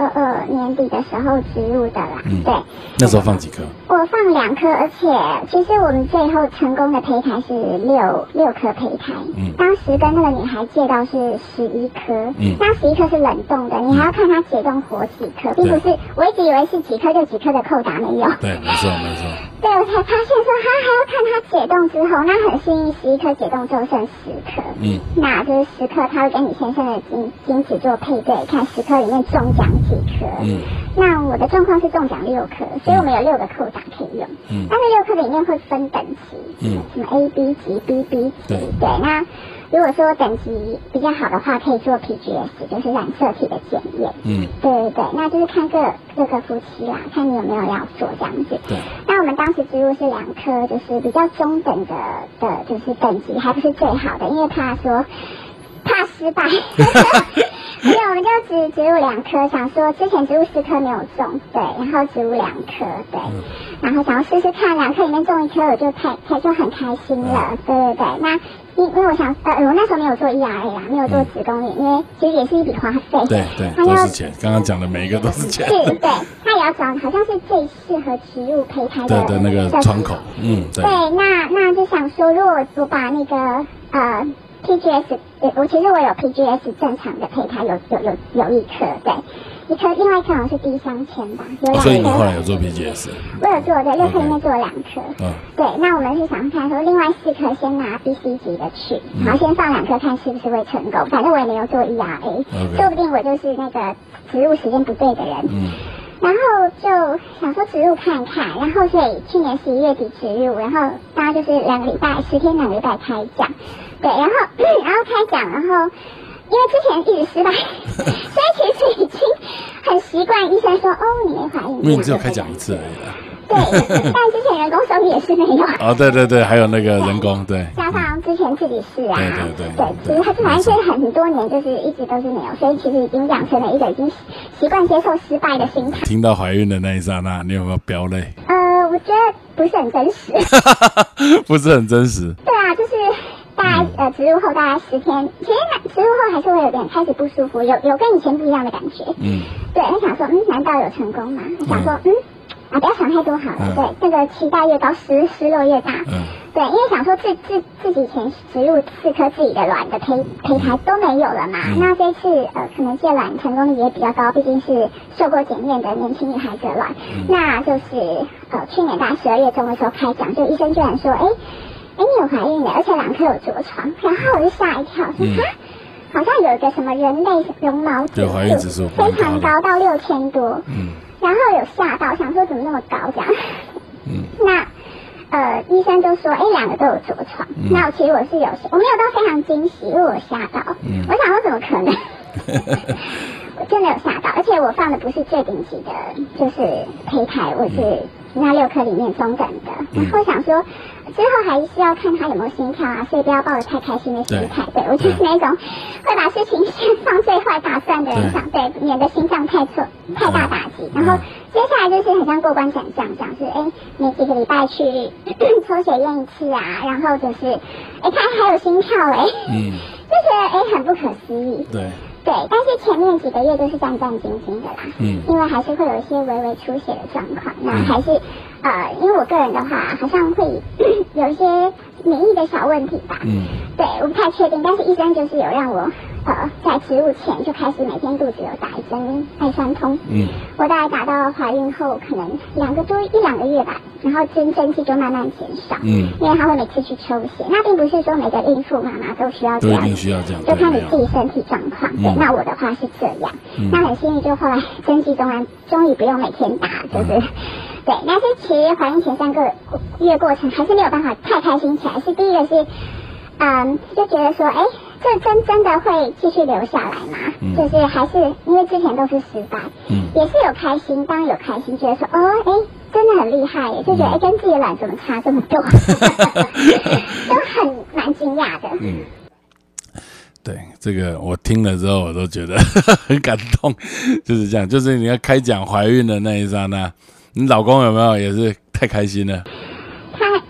年底的时候植入的啦。嗯，对。 那时候放几颗？ 我放两颗，而且其实我们最后成功的胚胎是六六颗胚胎。嗯，当时跟那个女孩借到是十一颗。嗯，那十一颗是冷冻的，你还要看它解冻活几颗，并不是我一直以为是几颗就几颗的扣打没有。 对，没错没错。 对，我才发现说它还要看它解冻之后，那很幸运，十一颗解冻之后剩十颗。嗯，那就是十颗，它会跟你先生的精精子做配对，看十颗里面中奖几颗。嗯，那我的状况是中奖六颗，所以我们有六个扣打可以用。嗯，但是六颗里面会分等级，嗯，什么 A B 级、B B 级，对，对，那。如果说等级比较好的话，可以做 P G S， 就是染色体的检验。嗯，对对对，那就是看各各个夫妻啦，看你有没有要做这样子。对。那我们当时植入是两颗，就是比较中等的的，就是等级，还不是最好的，因为怕说怕失败。所以我们就只植入两颗，想说之前植入四颗没有中，对，然后植入两颗，对，然后想要试试看，两颗里面中一颗，我就太太就很开心了，对对对。那因因为我想，呃，我那时候没有做 E R A 啦，没有做子宫脸，因为其实也是一笔花费， 对对，都是钱。刚刚讲的每一个都是钱， 是，对，他也要找好像是最适合植入胚胎的的那个窗口，嗯，对。 对，那那就想说，如果我把那个呃。P G S， 我其实我有 P G S 正常的胚胎有有有有一颗，对，一颗，另外一颗好像是地镶嵌吧，有两颗。 哦，所以你后来有做 P G S？ 我有做，对，六颗里面做了两颗。嗯，对，那我们是想看说，另外四颗先拿 B C 级的去，然后先放两颗看是不是会成功。反正我也没有做 E R A， 说不定我就是那个植入时间不对的人。嗯。然后就想说植入看看，然后所以去年十一月底植入，然后大家就是两个礼拜，十天两个礼拜开奖，对，然后然后开奖，然后因为之前一直失败，所以其实已经很习惯。医生说哦，你没怀孕， 因为你只有开奖一次而已啦。 对，但之前人工受孕也是没有。 哦，对对对，还有那个人工，对。 加上之前自己试啊， 对对对， 对，其实他反正是很多年，就是一直都是没有，所以其实已经养成了一个已经习惯接受失败的心态。 听到怀孕的那一刹那，你有没有飙泪？ 呃，我觉得不是很真实。 不是很真实。 对啊，就是大概、嗯、呃植入后大概十天，其实植入后还是会有点开始不舒服，有有跟以前不一样的感觉。嗯。对，他想说，嗯，难道有成功吗？想说，嗯。啊，不要想太多好了。嗯、对，这个期待越高，失失落越大。嗯。对，因为想说自自自己以前植入四颗自己的卵的胚胚胎都没有了嘛，嗯、那这次呃可能借卵成功率也比较高，毕竟是受过检验的年轻女孩子的卵。嗯、那就是呃去年大概十二月中的时候开奖，就医生居然说，哎哎你有怀孕的，而且两颗有着床，然后我就吓一跳，说哈。嗯好像有一个什么人类绒毛指数非常高，到六千多，嗯，然后有吓到，想说怎么那么高这样，嗯，那呃医生就说，哎，两个都有着床，嗯、那其实我是有，我没有到非常惊喜，因为我吓到，嗯、我想说怎么可能，我真的有吓到，而且我放的不是最顶级的，就是胚胎，我是那六颗里面中等的，嗯、然后想说。之后还是要看他有没有心跳啊，所以不要抱着太开心的心态。对, 对我就是那种会把事情先放最坏打算的人想，对，免得心脏太错太大打击。然后接下来就是很像过关斩将这样，是哎每几个礼拜去抽血验一次啊，然后就是哎他还有心跳哎，嗯，就觉得哎很不可思议。对。对，但是前面几个月都是战战兢兢的啦，嗯，因为还是会有一些微微出血的状况，那还是、嗯、呃，因为我个人的话，好像会有一些免疫的小问题吧，嗯，对，我不太确定，但是医生就是有让我呃在植入前就开始每天肚子有打一针艾酸通，嗯，我大概打到怀孕后可能两个多一两个月吧，然后针针剂就慢慢减少，嗯，因为他会每次去抽血，那并不是说每个孕妇妈妈都需要这样， 都一定需要这样， 就看你自己身体状况，对。嗯那我的话是这样，嗯、那很幸运，就后来针剂终然终于不用每天打，就是、嗯、对。但是其实怀孕前三个月过程还是没有办法太开心起来。是第一个是，嗯，就觉得说，哎，这针真的会继续留下来吗？嗯、就是还是因为之前都是失败，嗯，也是有开心，当然有开心，觉得说，哦，哎，真的很厉害耶，就觉得哎、嗯，跟自己的卵怎么差这么多，都很蛮惊讶的，嗯。 对，这个我听了之后，我都觉得很感动，就是这样。就是你要开奖怀孕的那一刹那，你老公有没有也是太开心了？ 他应该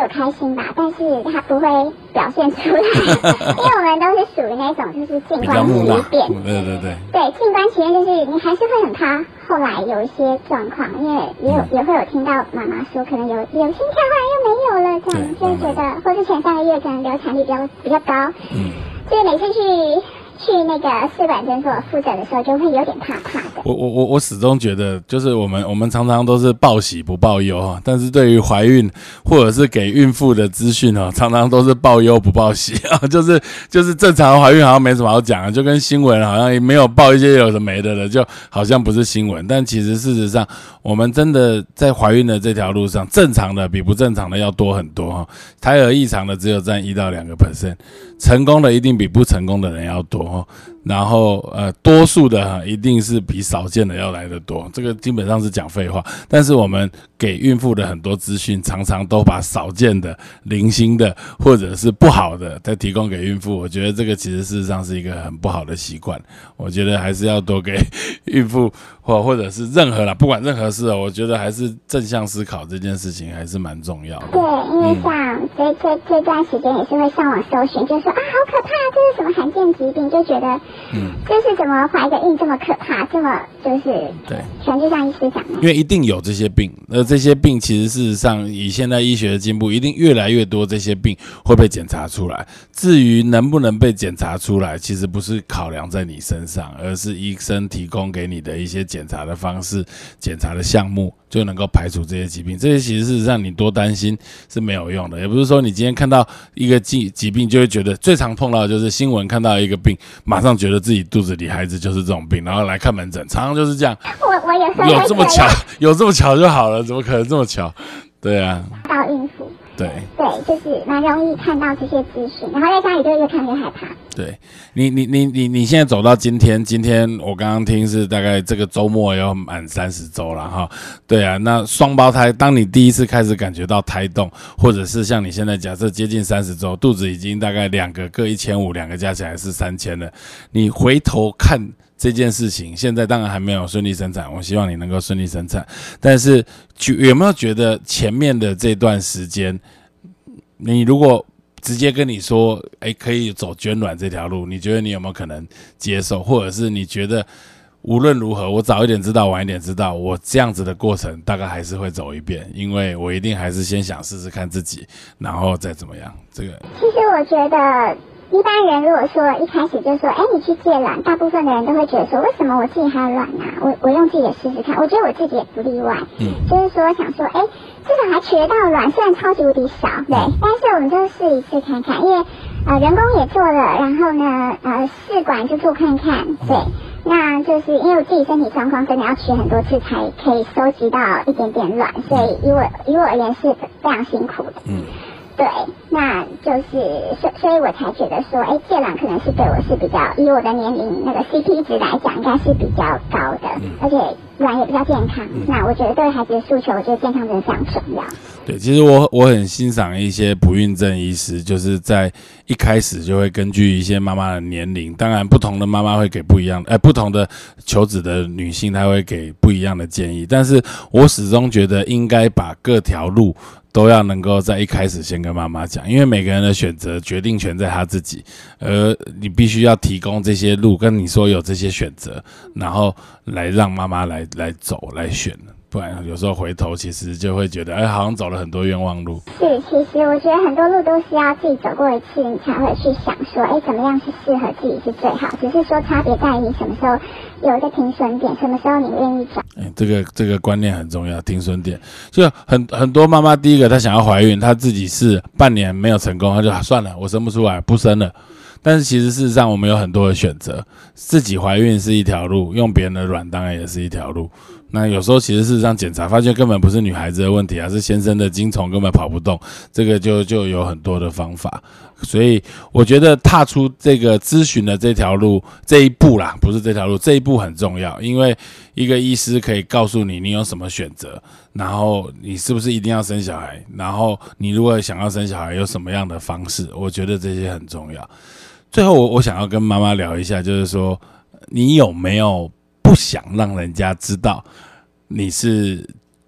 有开心吧，但是他不会表现出来，因为我们都是属于那种就是静观其变， 对对对， 对，静观其变就是你还是会很怕后来有一些状况，因为也有、嗯、也会有听到妈妈说可能有有心跳后来又没有了，这样就会觉得，或是前三个月可能流产率比较比较高，嗯，所以每次去。去那个试管诊所复诊的时候，就会有点怕怕的。 我我我我始终觉得，就是我们我们常常都是报喜不报忧哈，但是对于怀孕或者是给孕妇的资讯哦，常常都是报忧不报喜啊，就是就是正常怀孕好像没什么好讲啊，就跟新闻好像没有报一些有的没的的，就好像不是新闻。但其实事实上，我们真的在怀孕的这条路上，正常的比不正常的要多很多哈，胎儿异常的只有占一到两个 percent， 成功的一定比不成功的人要多。然后呃，多数的一定是比少见的要来得多，这个基本上是讲废话。但是我们给孕妇的很多资讯，常常都把少见的、零星的或者是不好的再提供给孕妇。我觉得这个其实事实上是一个很不好的习惯。我觉得还是要多给孕妇或或者是任何啦，不管任何事，我觉得还是正向思考这件事情还是蛮重要的。 对，因为像这这这段时间也是会上网搜寻，就说啊好可怕，这是什么罕见疾病，就觉得嗯，就是怎么怀个孕这么可怕，这么就是对，全就像医师讲的， 因为一定有这些病，而这些病其实事实上以现在医学的进步，一定越来越多这些病会被检查出来。至于能不能被检查出来，其实不是考量在你身上，而是医生提供给你的一些检查的方式、检查的项目，就能够排除这些疾病。这些其实事实上你多担心是没有用的，也不是说你今天看到一个疾疾病就会觉得，最常碰到的就是新闻看到一个病，马上觉得自己肚子里孩子就是这种病，然后来看门诊，常常就是这样。 我我有时候有这么巧，有这么巧就好了，怎么可能这么巧？对啊， 到孕妇。 对对，就是蛮容易看到这些资讯，然后在家里就越看越害怕。 对你，你你你你现在走到今天，今天我刚刚听是大概这个周末要满三十周了哈。对啊，那双胞胎，当你第一次开始感觉到胎动，或者是像你现在假设接近三十周，肚子已经大概两个各一千五，两个加起来是三千了，你回头看这件事情，现在当然还没有顺利生产，我希望你能够顺利生产。但是有没有觉得前面的这段时间，你如果直接跟你说，哎，可以走捐卵这条路，你觉得你有没有可能接受？或者是你觉得无论如何，我早一点知道，晚一点知道，我这样子的过程大概还是会走一遍，因为我一定还是先想试试看自己，然后再怎么样。这个其实我觉得。一般人如果说一开始就说，哎，你去借卵，大部分的人都会觉得说，为什么我自己还有卵啊？我我用自己的试试看。我觉得我自己也不例外，嗯，就是说想说，哎，至少还取得到卵，虽然超级无敌少，对，但是我们就试一次看看，因为呃人工也做了，然后呢呃试管就做看看，对，那就是因为我自己身体状况真的要取很多次才可以收集到一点点卵，所以以我以我而言是非常辛苦的，嗯。对，那就是所所以我才觉得说，哎，借卵可能是对我是比较以我的年龄那个 C P 值来讲，应该是比较高的，嗯、而且卵也比较健康。嗯、那我觉得对孩子的诉求，我觉得健康真的非常重要。 对，其实我我很欣赏一些不孕症医师，就是在一开始就会根据一些妈妈的年龄，当然不同的妈妈会给不一样的，哎，不同的求子的女性，她会给不一样的建议。但是我始终觉得应该把各条路都要能够在一开始先跟妈妈讲，因为每个人的选择决定权在他自己，而你必须要提供这些路，跟你说有这些选择，然后来让妈妈来来走来选。不然有时候回头其实就会觉得，哎，好像走了很多冤枉路。 是，其实我觉得很多路都是要自己走过一次，你才会去想说，哎，怎么样是适合自己是最好。只是说差别在于你什么时候有一个停损点，什么时候你愿意走。 哎，这个这个观念很重要，停损点。就很很多妈妈，第一个她想要怀孕，她自己是半年没有成功，她就、啊、算了，我生不出来，不生了。但是其实事实上我们有很多的选择，自己怀孕是一条路，用别人的卵当然也是一条路。那有时候其实事实上检查发现根本不是女孩子的问题啊，是先生的精虫根本跑不动，这个就就有很多的方法。所以我觉得踏出这个咨询的这条路这一步啦，不是这条路，这一步很重要，因为一个医师可以告诉你你有什么选择，然后你是不是一定要生小孩，然后你如果想要生小孩有什么样的方式，我觉得这些很重要。最后我我想要跟妈妈聊一下，就是说你有没有不想让人家知道你是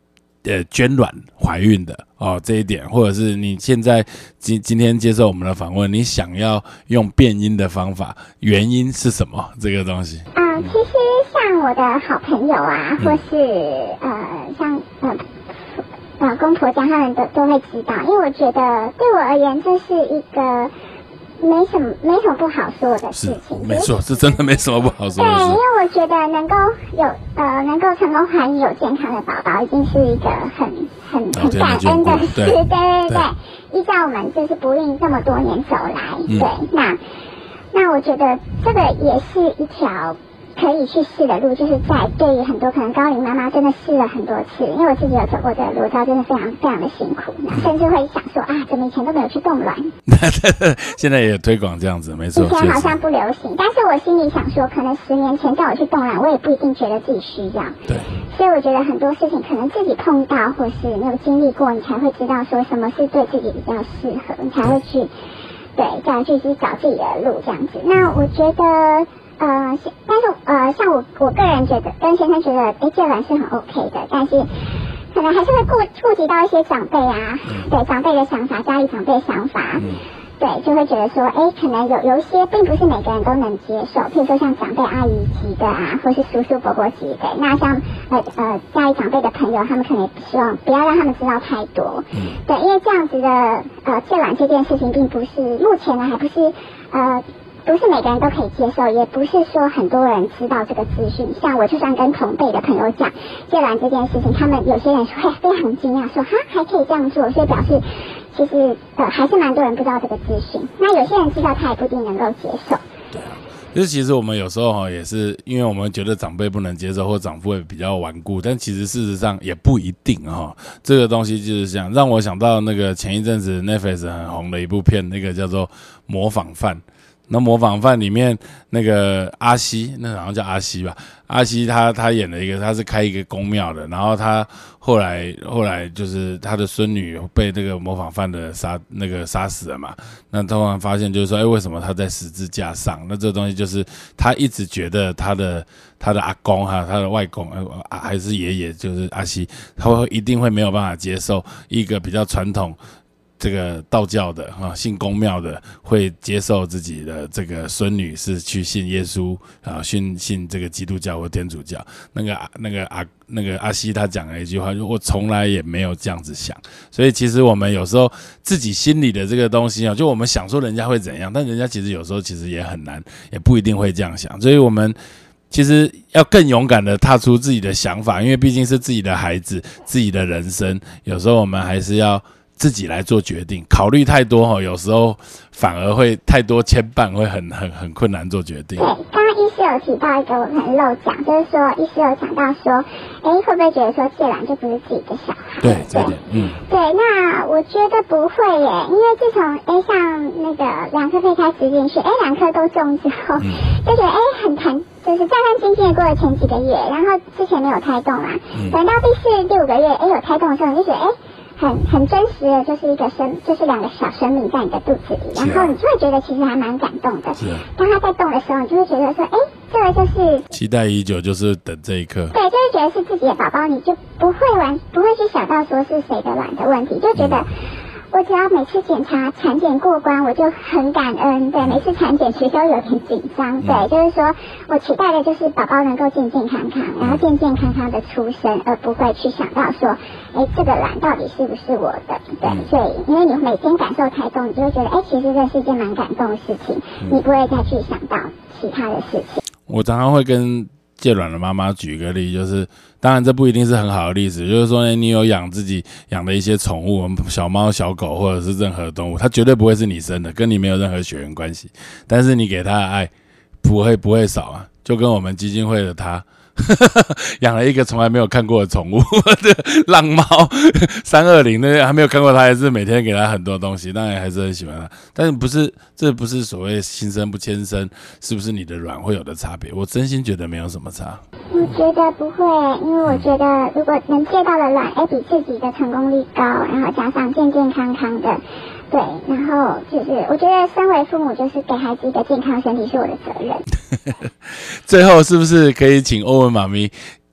呃捐卵怀孕的哦这一点，或者是你现在今今天接受我们的访问，你想要用变阴的方法，原因是什么？这个东西？ 嗯，其实像我的好朋友啊，或是呃像呃。老公婆家他们都都会知道，因为我觉得对我而言这是一个没什么没什么不好说的事情， 没错，是真的没什么不好说的事。 对，因为我觉得能够有呃能够成功怀孕有健康的宝宝，已经是一个很很很感恩的事。对对 对, 对，依照我们就是不孕这么多年走来，嗯、对，那那我觉得这个也是一条可以去试的路，就是在对于很多可能高龄妈妈真的试了很多次，因为我自己有走过这个路，知道真的非常非常的辛苦，甚至会想说啊，怎么以前都没有去冻卵？ 现在也有推广这样子，没错。 以前好像不流行，但是我心里想说，可能十年前叫我去冻卵，我也不一定觉得自己需要。 对。 所以我觉得很多事情可能自己碰到，或是你有经历过，你才会知道说什么是对自己比较适合，你才会去对再去去找自己的路这样子。那我觉得。呃，但是呃，像我我个人觉得，跟先生觉得，哎，戒卵是很 OK 的，但是可能还是会顾顾及到一些长辈啊，嗯、对长辈的想法，家里长辈的想法，嗯、对，就会觉得说，哎，可能有有一些并不是每个人都能接受，譬如说像长辈阿姨级的啊，或是叔叔伯伯级的，那像呃呃家里长辈的朋友，他们可能也希望不要让他们知道太多，嗯、对，因为这样子的呃戒卵这件事情，并不是目前呢还不是呃。不是每个人都可以接受，也不是说很多人知道这个资讯。像我就算跟同辈的朋友讲戒卵这件事情，他们有些人会非常惊讶，说哈还可以这样做，所以表示其实呃还是蛮多人不知道这个资讯。那有些人知道，他也不一定能够接受。 对啊，就是其实我们有时候哈也是因为我们觉得长辈不能接受，或长辈比较顽固，但其实事实上也不一定哈。这个东西就是这样，让我想到那个前一阵子 Netflix 很红的一部片，那个叫做《模仿犯》。那模仿犯里面那个阿西，那好像叫阿西吧，阿西他他演了一个，他是开一个宫庙的，然后他后来后来就是他的孙女被这个模仿犯的杀那个杀死了嘛，那突然发现就是说，哎，为什么他在十字架上？那这个东西就是他一直觉得他的他的阿公哈，他的外公呃还是爷爷，就是阿西，他会一定会没有办法接受一个比较传统。这个道教的啊，信公庙的会接受自己的这个孙女是去信耶稣啊，信信这个基督教或天主教。那个那个阿那个阿西他讲了一句话，就我从来也没有这样子想。所以其实我们有时候自己心里的这个东西啊，就我们想说人家会怎样，但人家其实有时候其实也很难，也不一定会这样想。所以我们其实要更勇敢的踏出自己的想法，因为毕竟是自己的孩子，自己的人生，有时候我们还是要。自己来做决定，考虑太多哈，有时候反而会太多牵绊，会很很很困难做决定。 对，刚刚医师有提到一个我可能漏讲，就是说医师有讲到说，哎，会不会觉得说戒卵就不是自己的小孩？ 对，这一点，嗯， 对，那我觉得不会耶，因为自从哎像那个两颗胚胎植进去，哎两颗都中之后，嗯、就觉得哎很弹。就是战战兢兢的过了前几个月，然后之前没有胎动嘛，嗯、等到第四、第五个月，哎有胎动的时候，你就觉得哎。很很真实的，就是一个生，就是两个小生命在你的肚子里，然后你就会觉得其实还蛮感动的。是、啊。当他在动的时候，你就会觉得说，哎，这个就是期待已久，就是等这一刻。 对，就是觉得是自己的宝宝，你就不会完，不会去想到说是谁的卵的问题，就觉得。嗯我只要每次检查产检过关，我就很感恩。对，每次产检其实都有点紧张。对，就是说我期待的就是宝宝能够健健康康，然后健健康康的出生，而不会去想到说，哎，这个卵到底是不是我的？对，所以因为你每天感受胎动，你就会觉得，哎，其实这是一件蛮感动的事情，你不会再去想到其他的事情。 我常常会跟戒卵的妈妈举个例，就是当然这不一定是很好的例子，就是说呢，你有养自己养的一些宠物，小猫小狗或者是任何动物，它绝对不会是你生的，跟你没有任何血缘关系，但是你给它的爱不会不会少啊，就跟我们基金会的它养了一个从来没有看过的宠物的浪猫三二零，那还没有看过它，还是每天给它很多东西，当然还是很喜欢它。但是不是这不是所谓亲生不亲生，是不是你的卵会有的差别？我真心觉得没有什么差。 我觉得不会，因为我觉得如果能借到的卵，哎，比自己的成功率高，然后加上健健康康的。对，然后就是我觉得身为父母，就是给孩子一个健康身体是我的责任。 最后是不是可以请欧文妈咪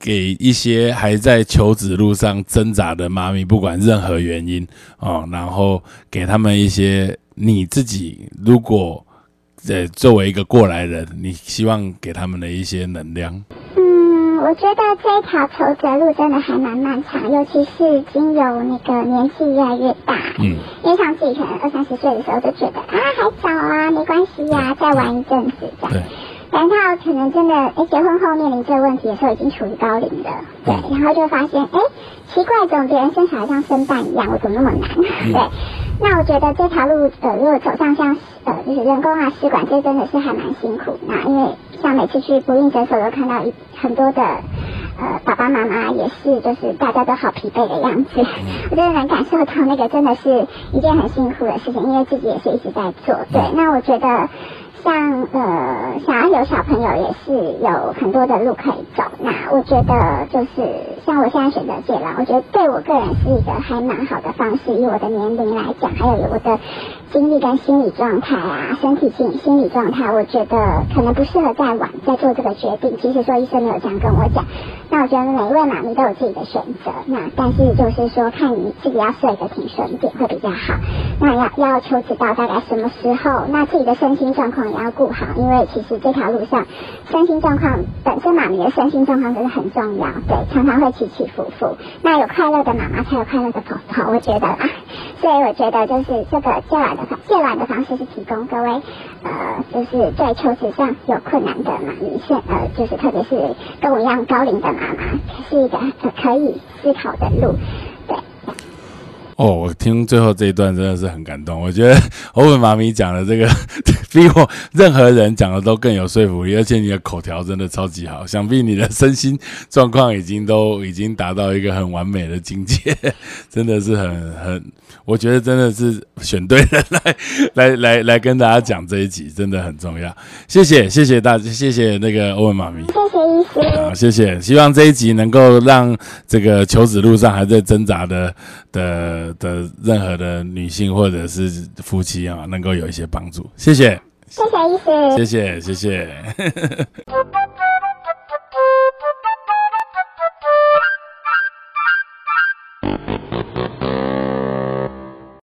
给一些还在求子路上挣扎的妈咪，不管任何原因哦，然后给他们一些你自己如果呃作为一个过来人，你希望给他们的一些能量。 嗯，我觉得这一条求子的路真的还蛮漫长，尤其是经由那个年纪越来越大，嗯，因为像自己可能二三十岁的时候就觉得啊还早啊，没关系呀、啊，再玩一阵子这样。但到可能真的，哎，结婚后面临这个问题的时候，已经处于高龄了，对，然后就发现，哎，奇怪，怎么别人生小孩像生蛋一样，我怎么那么难？对，那我觉得这条路，呃，如果走上像呃，就是人工啊、试管，这真的是还蛮辛苦。那因为像每次去不孕诊所，都看到一很多的呃爸爸妈妈也是，就是大家都好疲惫的样子，我真的能感受到那个真的是一件很辛苦的事情，因为自己也是一直在做。对，那我觉得。像呃，想要有小朋友也是有很多的路可以走。那我觉得就是像我现在选择戒卵，我觉得对我个人是一个还蛮好的方式。以我的年龄来讲，还有我的经历跟心理状态啊，身体心心理状态，我觉得可能不适合再晚再做这个决定。其实说医生没有这样跟我讲。那我觉得每一位妈咪都有自己的选择。那但是就是说，看你自己要设一个停损点会比较好。那要要求知道大概什么时候，那自己的身心状况也要顾好，因为其实这条路上身心状况本身妈咪的身心状况真的很重要，对，常常会起起伏伏。那有快乐的妈妈才有快乐的婆婆，我觉得啦。所以我觉得就是这个戒卵的方戒卵的方式是提供各位呃，就是在求子上有困难的妈咪，现呃就是特别是跟我一样高龄的妈妈，是一个呃可以思考的路，对。 哦，我听最后这一段真的是很感动。我觉得欧文妈咪讲的这个比我任何人讲的都更有说服力，而且你的口条真的超级好，想必你的身心状况已经都已经达到一个很完美的境界，真的是很很，我觉得真的是选对人来来来来跟大家讲这一集，真的很重要。谢谢谢谢大家，谢谢那个欧文妈咪， 谢谢医师， 好，谢谢。希望这一集能够让这个求子路上还在挣扎的的的任何的女性或者是夫妻啊，能够有一些帮助。谢谢， 谢谢医师， 谢谢，谢谢。